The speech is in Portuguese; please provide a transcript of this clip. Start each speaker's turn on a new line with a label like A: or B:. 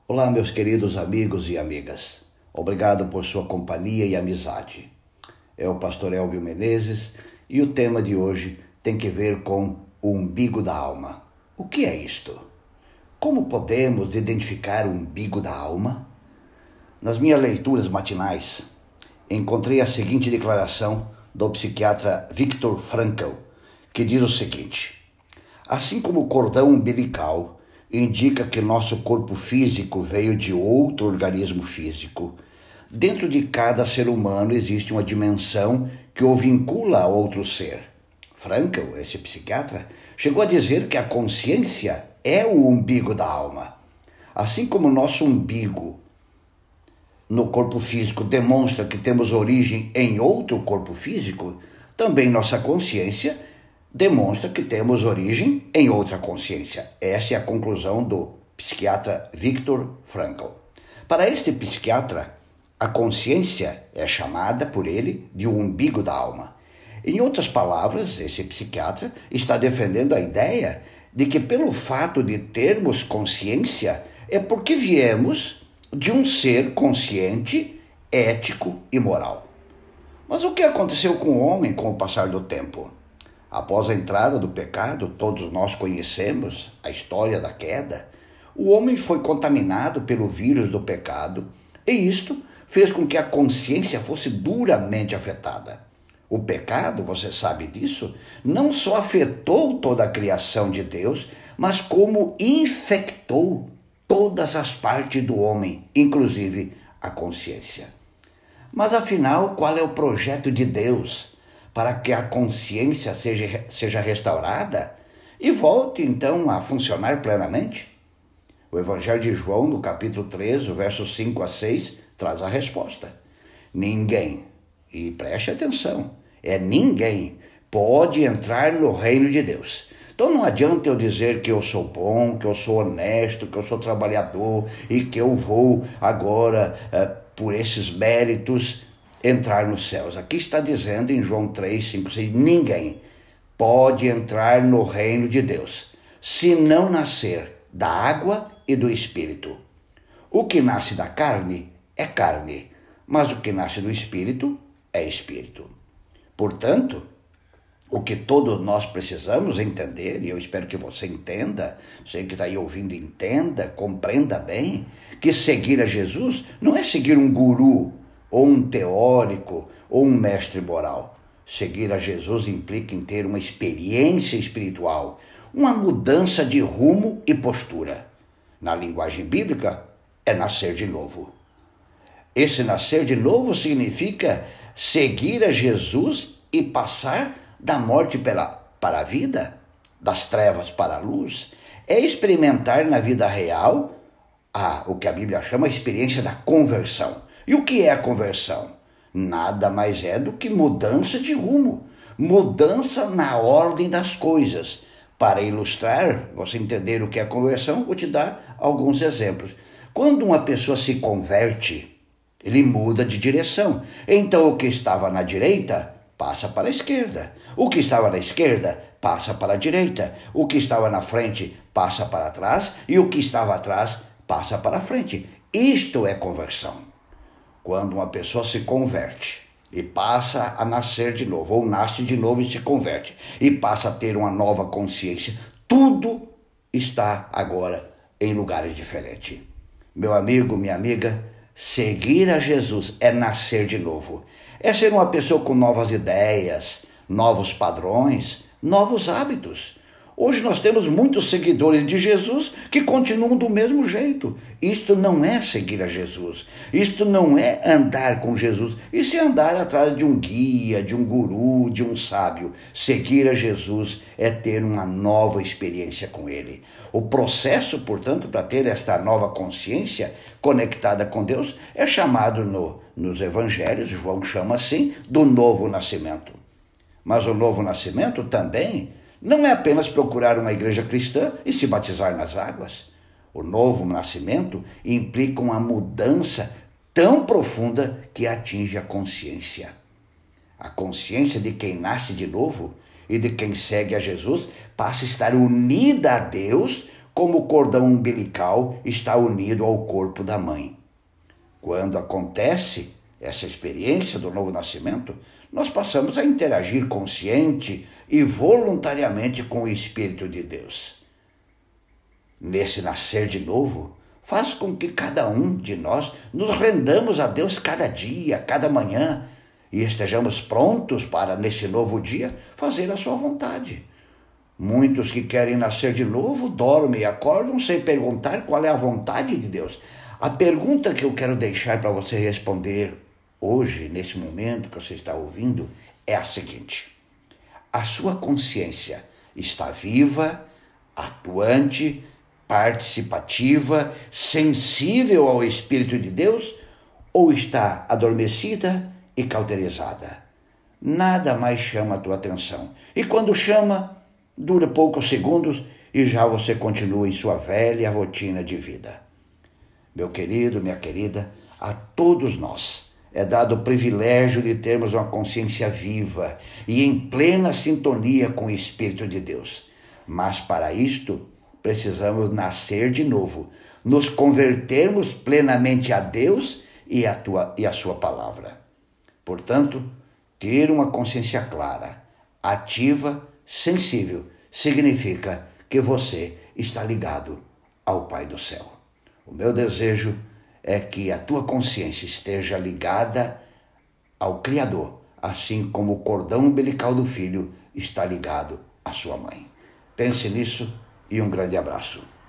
A: Olá, meus queridos amigos e amigas. Obrigado por sua companhia e amizade. É o pastor Elvio Menezes e o tema de hoje tem que ver com o umbigo da alma. O que é isto? Como podemos identificar o umbigo da alma? Nas minhas leituras matinais, encontrei a seguinte declaração do psiquiatra Viktor Frankl, que diz o seguinte: assim como o cordão umbilical indica que nosso corpo físico veio de outro organismo físico, dentro de cada ser humano existe uma dimensão que o vincula a outro ser. Frankl, esse psiquiatra, chegou a dizer que a consciência é o umbigo da alma. Assim como o nosso umbigo no corpo físico demonstra que temos origem em outro corpo físico, também nossa consciência demonstra que temos origem em outra consciência. Essa é a conclusão do psiquiatra Viktor Frankl. Para este psiquiatra, a consciência é chamada por ele de o umbigo da alma. Em outras palavras, esse psiquiatra está defendendo a ideia de que pelo fato de termos consciência é porque viemos de um ser consciente, ético e moral. Mas o que aconteceu com o homem com o passar do tempo? Após a entrada do pecado, todos nós conhecemos a história da queda. O homem foi contaminado pelo vírus do pecado e isto fez com que a consciência fosse duramente afetada. O pecado, você sabe disso, não só afetou toda a criação de Deus, mas como infectou todas as partes do homem, inclusive a consciência. Mas afinal, qual é o projeto de Deus para que a consciência seja restaurada e volte então a funcionar plenamente? O Evangelho de João, no capítulo 13, versos 5 a 6, traz a resposta. Ninguém, e preste atenção, ninguém pode entrar no reino de Deus. Então não adianta eu dizer que eu sou bom, que eu sou honesto, que eu sou trabalhador e que eu vou agora, por esses méritos, entrar nos céus. Aqui está dizendo em João 3, 5, 6, ninguém pode entrar no reino de Deus se não nascer da água e do Espírito. O que nasce da carne é carne, mas o que nasce do Espírito é Espírito. Portanto, o que todos nós precisamos entender, e eu espero que você entenda, você que está aí ouvindo entenda, compreenda bem, que seguir a Jesus não é seguir um guru, ou um teórico, ou um mestre moral. Seguir a Jesus implica em ter uma experiência espiritual, uma mudança de rumo e postura. Na linguagem bíblica, é nascer de novo. Esse nascer de novo significa seguir a Jesus e passar da morte para a vida, das trevas para a luz. É experimentar na vida real o que a Bíblia chama a experiência da conversão. E o que é a conversão? Nada mais é do que mudança de rumo, mudança na ordem das coisas. Para ilustrar, você entender o que é conversão, vou te dar alguns exemplos. Quando uma pessoa se converte, ele muda de direção. Então o que estava na direita passa para a esquerda. O que estava na esquerda passa para a direita. O que estava na frente passa para trás. E o que estava atrás passa para a frente. Isto é conversão. Quando uma pessoa se converte e passa a nascer de novo, ou nasce de novo e se converte, e passa a ter uma nova consciência, tudo está agora em lugares diferentes. Meu amigo, minha amiga, seguir a Jesus é nascer de novo. É ser uma pessoa com novas ideias, novos padrões, novos hábitos. Hoje nós temos muitos seguidores de Jesus que continuam do mesmo jeito. Isto não é seguir a Jesus. Isto não é andar com Jesus. Isso é andar atrás de um guia, de um guru, de um sábio. Seguir a Jesus é ter uma nova experiência com Ele. O processo, portanto, para ter esta nova consciência conectada com Deus é chamado nos evangelhos, João chama assim, do novo nascimento. Mas o novo nascimento também não é apenas procurar uma igreja cristã e se batizar nas águas. O novo nascimento implica uma mudança tão profunda que atinge a consciência. A consciência de quem nasce de novo e de quem segue a Jesus passa a estar unida a Deus como o cordão umbilical está unido ao corpo da mãe. Quando acontece essa experiência do novo nascimento, nós passamos a interagir consciente e voluntariamente com o Espírito de Deus. Nesse nascer de novo, faz com que cada um de nós nos rendamos a Deus cada dia, cada manhã, e estejamos prontos para, nesse novo dia, fazer a sua vontade. Muitos que querem nascer de novo dormem e acordam sem perguntar qual é a vontade de Deus. A pergunta que eu quero deixar para você responder hoje, nesse momento que você está ouvindo, é a seguinte: a sua consciência está viva, atuante, participativa, sensível ao Espírito de Deus, ou está adormecida e cauterizada? Nada mais chama a tua atenção. E quando chama, dura poucos segundos e já você continua em sua velha rotina de vida. Meu querido, minha querida, a todos nós é dado o privilégio de termos uma consciência viva e em plena sintonia com o Espírito de Deus. Mas para isto, precisamos nascer de novo, nos convertermos plenamente a Deus e a sua palavra. Portanto, ter uma consciência clara, ativa, sensível, significa que você está ligado ao Pai do céu. O meu desejo é que a tua consciência esteja ligada ao Criador, assim como o cordão umbilical do filho está ligado à sua mãe. Pense nisso e um grande abraço.